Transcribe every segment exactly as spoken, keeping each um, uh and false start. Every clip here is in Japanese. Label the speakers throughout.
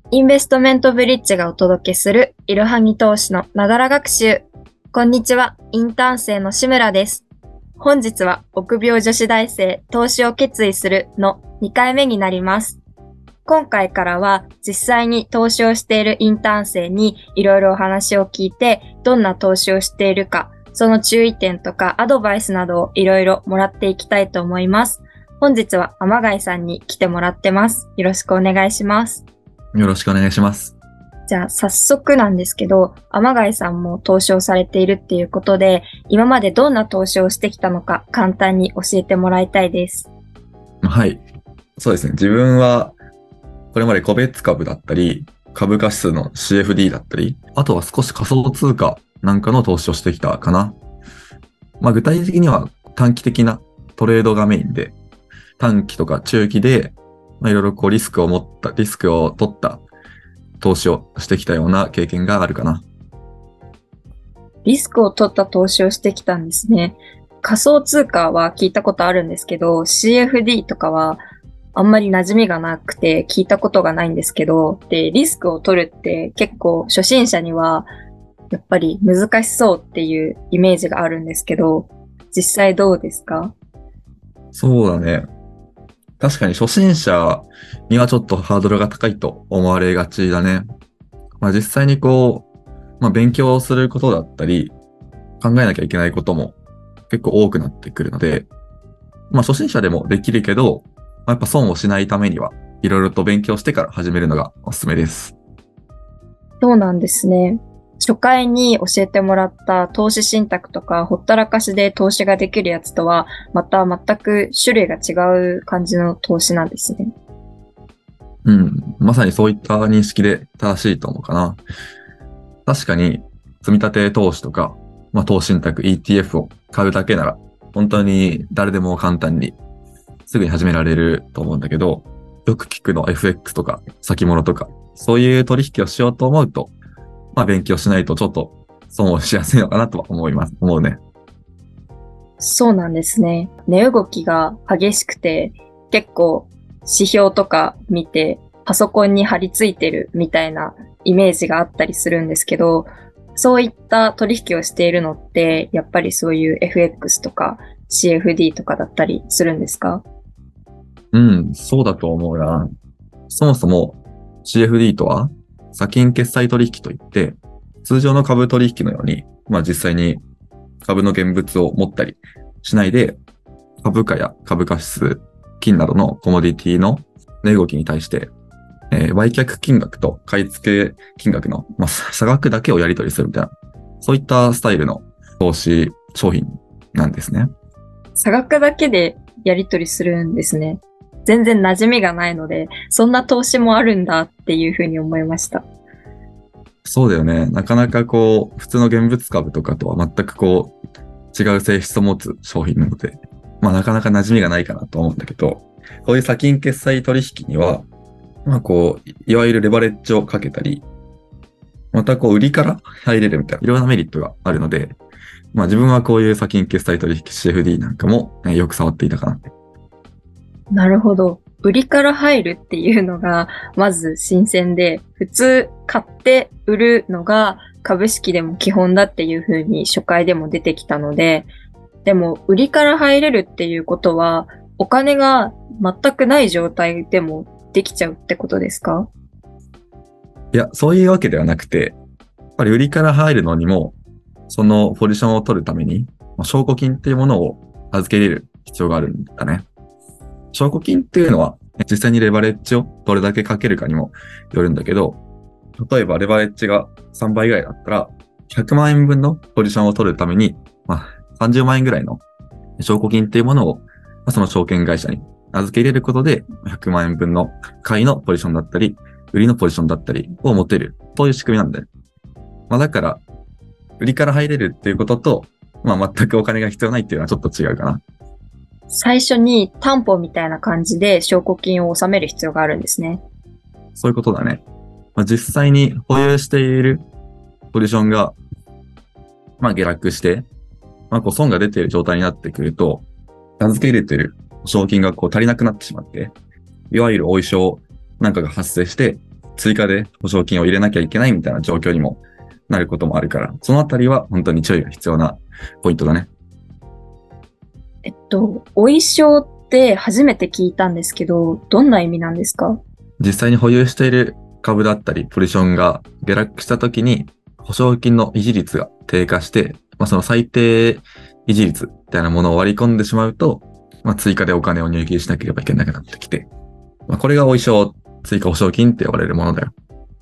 Speaker 1: インベストメントブリッジがお届けするいろはに投資のながら学習。こんにちは、インターン生の志村です。本日は臆病女子大生投資を決意するのにかいめになります。今回からは実際に投資をしているインターン生にいろいろお話を聞いて、どんな投資をしているか、その注意点とかアドバイスなどをいろいろもらっていきたいと思います。本日は天貝さんに来てもらってます。よろしくお願いします。
Speaker 2: よろしくお願いします。
Speaker 1: じゃあ早速なんですけど、天貝さんも投資をされているっていうことで、今までどんな投資をしてきたのか簡単に教えてもらいたいです。
Speaker 2: はい。そうですね。自分はこれまで個別株だったり、株価指数の シーエフディー だったり、あとは少し仮想通貨なんかの投資をしてきたかな。まあ具体的には短期的なトレードがメインで、短期とか中期で、まあ、いろいろこうリスクを持った、リスクを取った投資をしてきたような経験があるかな。
Speaker 1: リスクを取った投資をしてきたんですね。仮想通貨は聞いたことあるんですけど、シーエフディー とかはあんまり馴染みがなくて聞いたことがないんですけど、で、リスクを取るって結構初心者にはやっぱり難しそうっていうイメージがあるんですけど、実際どうですか？
Speaker 2: そうだね。確かに初心者にはちょっとハードルが高いと思われがちだね。まあ実際にこう、まあ勉強することだったり、考えなきゃいけないことも結構多くなってくるので、まあ初心者でもできるけど、まあ、やっぱ損をしないためには、いろいろと勉強してから始めるのがおすすめです。
Speaker 1: そうなんですね。初回に教えてもらった投資信託とかほったらかしで投資ができるやつとはまた全く種類が違う感じの投資なんですね。
Speaker 2: うん。まさにそういった認識で正しいと思うかな。確かに、積み立て投資とか、まあ投資信託 イーティーエフ を買うだけなら、本当に誰でも簡単にすぐに始められると思うんだけど、よく聞くの エフエックス とか先物とか、そういう取引をしようと思うと、まあ勉強しないとちょっと損をしやすいのかなとは思います。思うね。
Speaker 1: そうなんですね。値動きが激しくて結構指標とか見てパソコンに張り付いてるみたいなイメージがあったりするんですけど、そういった取引をしているのってやっぱりそういう エフエックス とか シーエフディー とかだったりするんですか？
Speaker 2: うん、そうだと思うな。そもそも シーエフディー とは先金決済取引といって、通常の株取引のように、まあ実際に株の現物を持ったりしないで、株価や株価指数、金などのコモディティの値動きに対して、えー売却金額と買い付け金額の、まあ、差額だけをやり取りするみたいな、そういったスタイルの投資商品なんですね。
Speaker 1: 差額だけでやり取りするんですね。全然馴染みがないので、そんな投資もあるんだっていうふうに思いました。
Speaker 2: そうだよね。なかなかこう、普通の現物株とかとは全くこう、違う性質を持つ商品なので、まあなかなか馴染みがないかなと思うんだけど、こういう先金決済取引には、まあこう、いわゆるレバレッジをかけたり、またこう、売りから入れるみたいな、いろんなメリットがあるので、まあ自分はこういう先金決済取引 シーエフディー なんかも、ね、よく触っていたかなって。
Speaker 1: なるほど。売りから入るっていうのがまず新鮮で、普通買って売るのが株式でも基本だっていうふうに初回でも出てきたので、でも売りから入れるっていうことはお金が全くない状態でもできちゃうってことですか？
Speaker 2: いや、そういうわけではなくて、やっぱり売りから入るのにも、そのポジションを取るために、まあ証拠金っていうものを預け入れる必要があるんだね。証拠金っていうのは、実際にレバレッジをどれだけかけるかにもよるんだけど、例えばレバレッジがさんばいぐらいだったら、ひゃくまん円分のポジションを取るために、まあ、さんじゅうまん円ぐらいの証拠金っていうものを、まあ、その証券会社に預け入れることで、ひゃくまん円分の買いのポジションだったり、売りのポジションだったりを持てる。そういう仕組みなんだよ。まあだから、売りから入れるっていうことと、まあ全くお金が必要ないっていうのはちょっと違うかな。
Speaker 1: 最初に担保みたいな感じで証拠金を納める必要があるんですね。
Speaker 2: そういうことだね。まあ、実際に保有しているポジションが、まあ下落して、まあこう損が出ている状態になってくると、預け入れている保証金がこう足りなくなってしまって、いわゆるお衣装なんかが発生して、 追加で保証金を入れなきゃいけないみたいな状況にもなることもあるから、そのあたりは本当に注意が必要なポイントだね。
Speaker 1: えっと、お衣装って初めて聞いたんですけど、どんな意味なんですか？
Speaker 2: 実際に保有している株だったりポジションが下落した時に保証金の維持率が低下して、まあ、その最低維持率みたいなものを割り込んでしまうと、まあ、追加でお金を入金しなければいけなくなってきて、まあ、これがお衣装追加保証金って呼ばれるものだよ。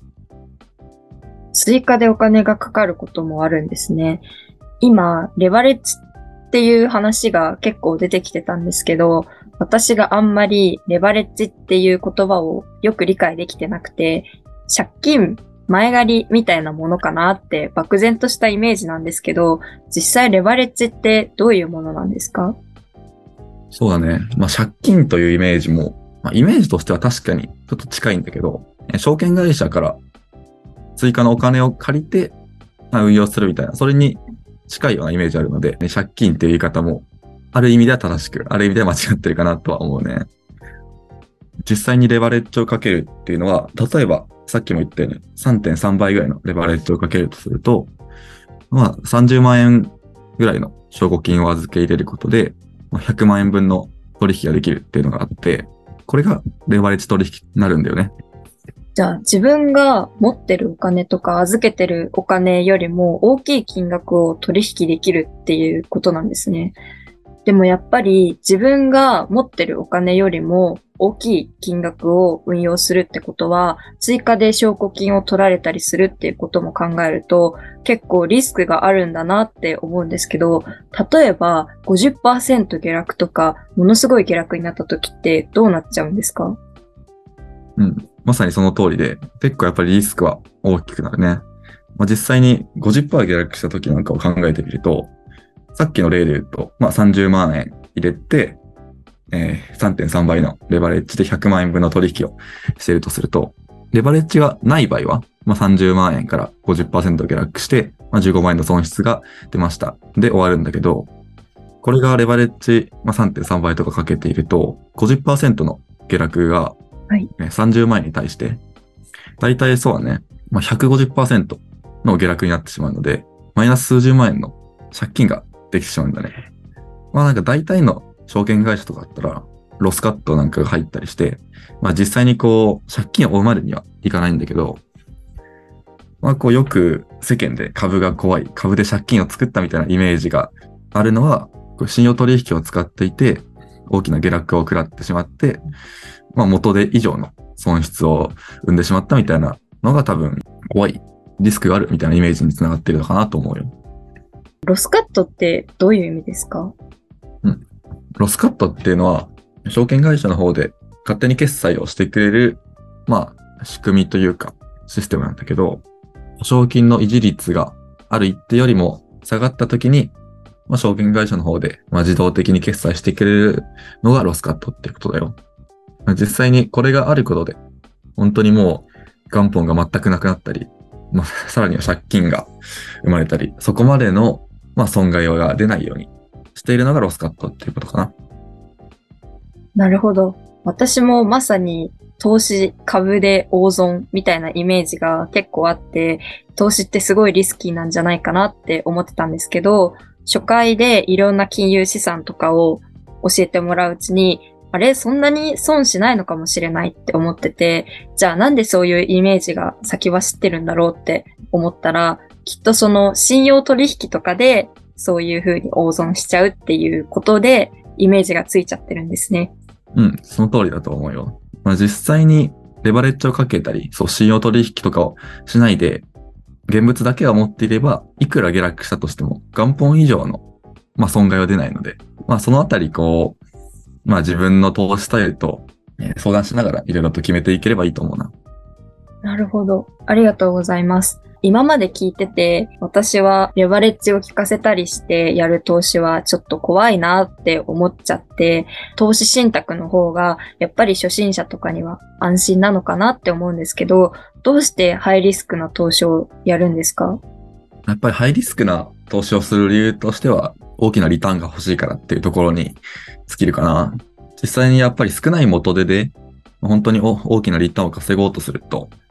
Speaker 1: 追加でお金がかかることもあるんですね。今、レバレッジっていう話が結構出てきてたんですけど、私があんまりレバレッジっていう言葉をよく理解できてなくて、借金前借りみたいなものかなって漠然としたイメージなんですけど、実際レバレッジってどういうものなんですか？
Speaker 2: そうだね。まあ、借金というイメージも、まあ、イメージとしては確かにちょっと近いんだけど、証券会社から追加のお金を借りて、まあ、運用するみたいな、それに近いようなイメージあるので、ね、借金っていう言い方も、ある意味では正しく、ある意味では間違ってるかなとは思うね。実際にレバレッジをかけるっていうのは、例えば、さっきも言ったように さんてんさん 倍ぐらいのレバレッジをかけるとすると、まあ、さんじゅうまん円ぐらいの証拠金を預け入れることで、ひゃくまん円分の取引ができるっていうのがあって、これがレバレッジ取引になるんだよね。
Speaker 1: じゃあ自分が持ってるお金とか預けてるお金よりも大きい金額を取引できるっていうことなんですね。でもやっぱり自分が持ってるお金よりも大きい金額を運用するってことは、追加で証拠金を取られたりするっていうことも考えると、結構リスクがあるんだなって思うんですけど、例えば ごじゅっパーセント 下落とか、ものすごい下落になった時ってどうなっちゃうんですか？
Speaker 2: うん。まさにその通りで、結構やっぱりリスクは大きくなるね。まあ、実際に ごじゅっパーセント 下落した時なんかを考えてみると、さっきの例で言うと、まあさんじゅうまん円入れて、えー、さんてんさん 倍のレバレッジでひゃくまん円分の取引をしているとすると、レバレッジがない場合は、まあ、さんじゅうまん円から ごじゅっパーセント 下落して、まあ、じゅうごまん円の損失が出ました。で終わるんだけど、これがレバレッジ、まあ、さんてんさん 倍とかかけていると、ごじゅっパーセント の下落が、
Speaker 1: はい
Speaker 2: ね、さんじゅうまん円に対して、だいたいそうはね、まあ、ひゃくごじゅっパーセント の下落になってしまうので、マイナス数十万円の借金ができてしまうんだね。まあなんか大体の証券会社とかだったら、ロスカットなんかが入ったりして、まあ実際にこう、借金を負うまでにはいかないんだけど、まあこうよく世間で株が怖い、株で借金を作ったみたいなイメージがあるのは、こう信用取引を使っていて、大きな下落を食らってしまって、まあ元で以上の損失を生んでしまったみたいなのが多分怖い、リスクがあるみたいなイメージにつながっているのかなと思うよ。
Speaker 1: ロスカットってどういう意味ですか？
Speaker 2: うん。ロスカットっていうのは、証券会社の方で勝手に決済をしてくれる、まあ、仕組みというか、システムなんだけど、保証金の維持率がある一定よりも下がった時に、まあ、証券会社の方で、まあ、自動的に決済してくれるのがロスカットっていうことだよ。実際にこれがあることで、本当にもう元本が全くなくなったり、まあ、さらには借金が生まれたり、そこまでの、まあ、損害が出ないようにしているのがロスカットっていうことかな。
Speaker 1: なるほど。私もまさに投資株で大損みたいなイメージが結構あって、投資ってすごいリスキーなんじゃないかなって思ってたんですけど、初回でいろんな金融資産とかを教えてもらううちに、あれ、そんなに損しないのかもしれないって思ってて、じゃあなんでそういうイメージが先走ってるんだろうって思ったら、きっとその信用取引とかでそういう風に大損しちゃうっていうことでイメージがついちゃってるんですね。
Speaker 2: うん、その通りだと思うよ。まあ、実際にレバレッジをかけたり、そう、信用取引とかをしないで、現物だけは持っていれば、いくら下落したとしても、元本以上の、まあ、損害は出ないので、まあ、そのあたり、こう、まあ、自分の投資スタイルと、えー相談しながらいろいろと決めていければいいと思うな。
Speaker 1: なるほど。ありがとうございます。今まで聞いてて、私はレバレッジを効かせたりしてやる投資はちょっと怖いなって思っちゃって、投資信託の方がやっぱり初心者とかには安心なのかなって思うんですけど、どうしてハイリスクな投資をやるんですか？
Speaker 2: やっぱりハイリスクな投資をする理由としては、大きなリターンが欲しいからっていうところに尽きるかな。実際にやっぱり少ない元手で、本当に大きなリターンを稼ごうとすると、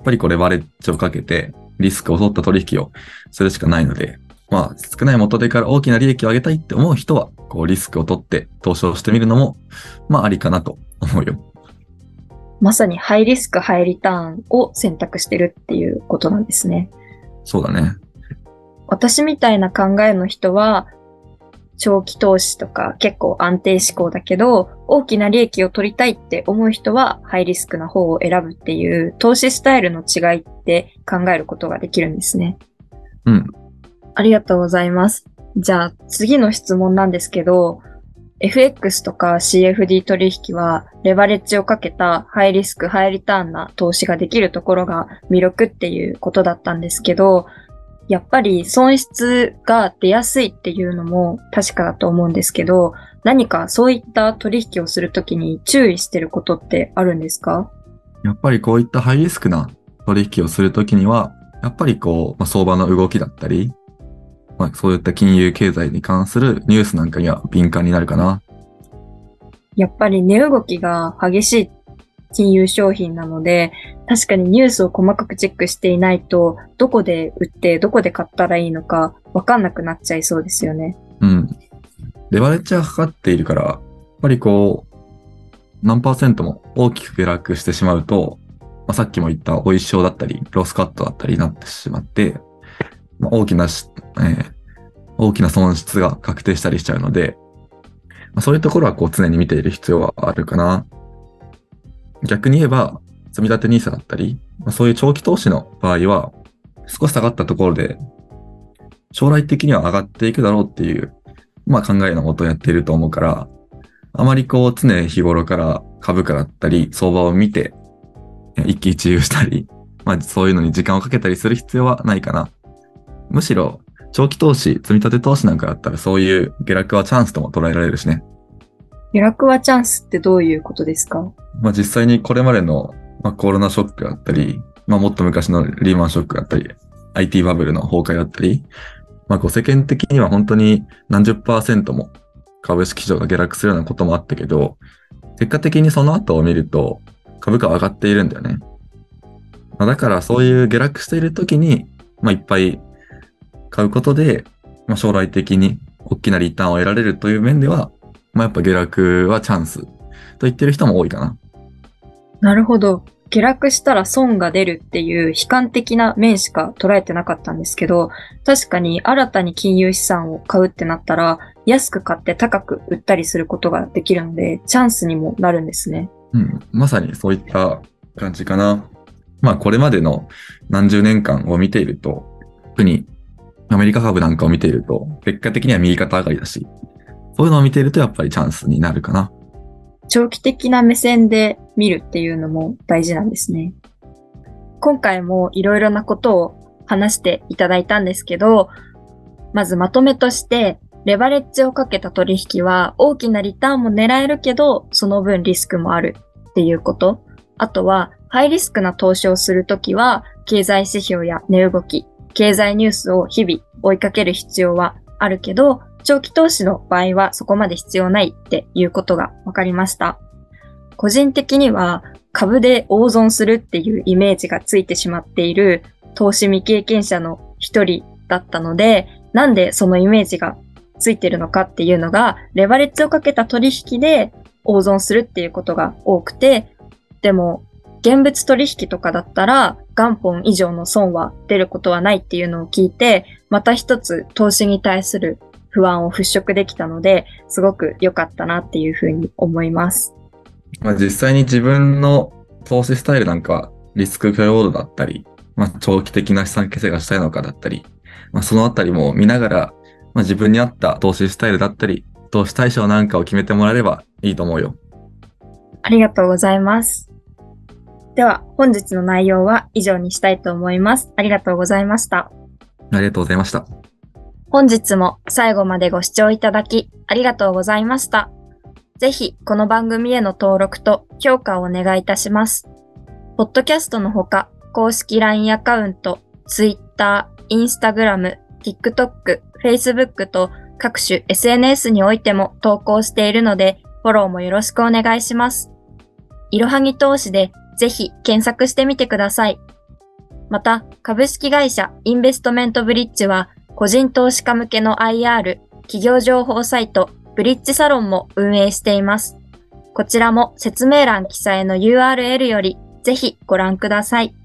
Speaker 2: ぱりこうレバレッジをかけてリスクを取った取引をするしかないので、まあ少ない元手から大きな利益を上げたいって思う人は、こうリスクを取って投資をしてみるのも、まあありかなと思うよ。
Speaker 1: まさにハイリスクハイリターンを選択してるっていうことなんですね。
Speaker 2: そうだね。
Speaker 1: 私みたいな考えの人は、長期投資とか結構安定志向だけど、大きな利益を取りたいって思う人はハイリスクな方を選ぶっていう投資スタイルの違いって考えることができるんですね。
Speaker 2: うん。
Speaker 1: ありがとうございます。じゃあ次の質問なんですけど、エフエックス とか シーエフディー 取引はレバレッジをかけたハイリスクハイリターンな投資ができるところが魅力っていうことだったんですけど、やっぱり損失が出やすいっていうのも確かだと思うんですけど、何かそういった取引をするときに注意してることってあるんですか？
Speaker 2: やっぱりこういったハイリスクな取引をするときには、やっぱりこう、まあ、相場の動きだったり、まあ、そういった金融経済に関するニュースなんかには敏感になるかな。
Speaker 1: やっぱり値動きが激しい金融商品なので、確かにニュースを細かくチェックしていないと、どこで売ってどこで買ったらいいのか分かんなくなっちゃいそうですよね。
Speaker 2: うん。レバレッジがかかっているから、やっぱりこう、何パーセントも大きく下落してしまうと、まあ、さっきも言ったお一生だったり、ロスカットだったりになってしまって、まあ、大きなし、えー、大きな損失が確定したりしちゃうので、まあ、そういうところはこう常に見ている必要はあるかな。逆に言えば、積立 ニーサ だったり、まあ、そういう長期投資の場合は、少し下がったところで、将来的には上がっていくだろうっていう、まあ考えのもとやっていると思うから、あまりこう常日頃から株価だったり、相場を見て、一喜一憂したり、まあそういうのに時間をかけたりする必要はないかな。むしろ、長期投資、積み立て投資なんかだったらそういう下落はチャンスとも捉えられるしね。
Speaker 1: 下落はチャンスってどういうことですか？
Speaker 2: まあ実際にこれまでの、まあ、コロナショックだったり、まあもっと昔のリーマンショックだったり、アイティー バブルの崩壊だったり、まあこう世間的には本当に何十パーセントも株式市場が下落するようなこともあったけど、結果的にその後を見ると株価は上がっているんだよね。まあ、だからそういう下落している時に、まあいっぱい買うことで、まあ、将来的に大きなリターンを得られるという面では、まあやっぱ下落はチャンスと言ってる人も多いかな。
Speaker 1: なるほど。下落したら損が出るっていう悲観的な面しか捉えてなかったんですけど、確かに新たに金融資産を買うってなったら、安く買って高く売ったりすることができるので、チャンスにもなるんですね。
Speaker 2: うん、まさにそういった感じかな。まあこれまでの何十年間を見ていると、特にアメリカ株なんかを見ていると、結果的には右肩上がりだし、そういうのを見ているとやっぱりチャンスになるかな。
Speaker 1: 長期的な目線で見るっていうのも大事なんですね。今回もいろいろなことを話していただいたんですけど、まずまとめとして、レバレッジをかけた取引は大きなリターンも狙えるけど、その分リスクもあるっていうこと。あとは、ハイリスクな投資をするときは、経済指標や値動き、経済ニュースを日々追いかける必要はあるけど、長期投資の場合はそこまで必要ないっていうことが分かりました。個人的には株で大損するっていうイメージがついてしまっている投資未経験者の一人だったので、なんでそのイメージがついてるのかっていうのが、レバレッジをかけた取引で大損するっていうことが多くて、でも現物取引とかだったら元本以上の損は出ることはないっていうのを聞いて、また一つ投資に対する不安を払拭できたので、すごく良かったなっていうふうに思います。
Speaker 2: まあ、実際に自分の投資スタイルなんかはリスク許容度だったり、まあ、長期的な資産形成がしたいのかだったり、まあ、そのあたりも見ながら、まあ、自分に合った投資スタイルだったり、投資対象なんかを決めてもらえればいいと思うよ。
Speaker 1: ありがとうございます。では、本日の内容は以上にしたいと思います。ありがとうございました。
Speaker 2: ありがとうございました。
Speaker 1: 本日も最後までご視聴いただきありがとうございました。ぜひこの番組への登録と評価をお願いいたします。ポッドキャストのほか、公式 ライン アカウント、Twitter、Instagram、TikTok、Facebook と各種 エスエヌエス においても投稿しているので、フォローもよろしくお願いします。いろはぎ投資でぜひ検索してみてください。 また、株式会社インベストメントブリッジは、個人投資家向けの アイアール、企業情報サイト、ブリッジサロンも運営しています。こちらも説明欄記載の ユーアールエル よりぜひご覧ください。